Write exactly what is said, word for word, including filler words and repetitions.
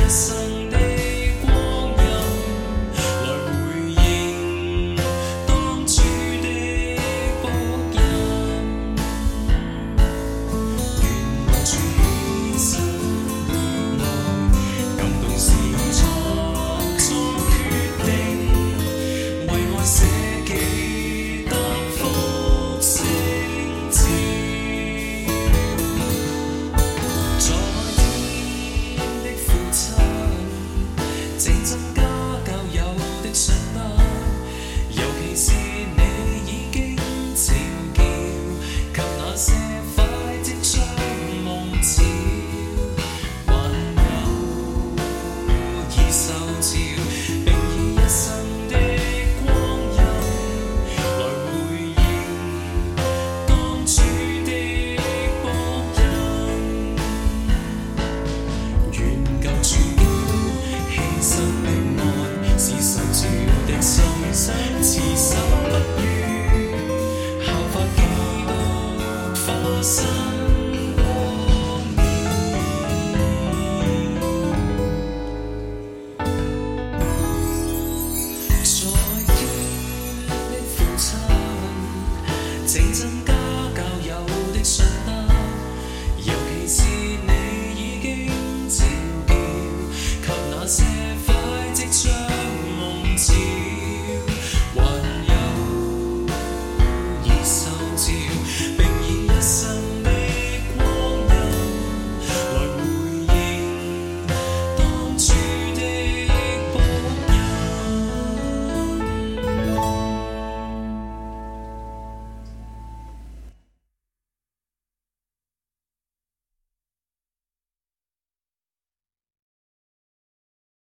生的光陰，來回應當初的僕人。願留住犧牲愛，感動是錯作決定，為愛捨己得福星照。在天的父親，這增加教友的信德，尤其是你已經召叫，給那些快即將夢照，還有已受召，並以一生的光陰來回應當初的僕人。願救主基督犧牲的愛，是受召的心，持守不渝，效法基督化身光冕。在天的父親，請增加教友的信德，尤其是你已經召叫，給那些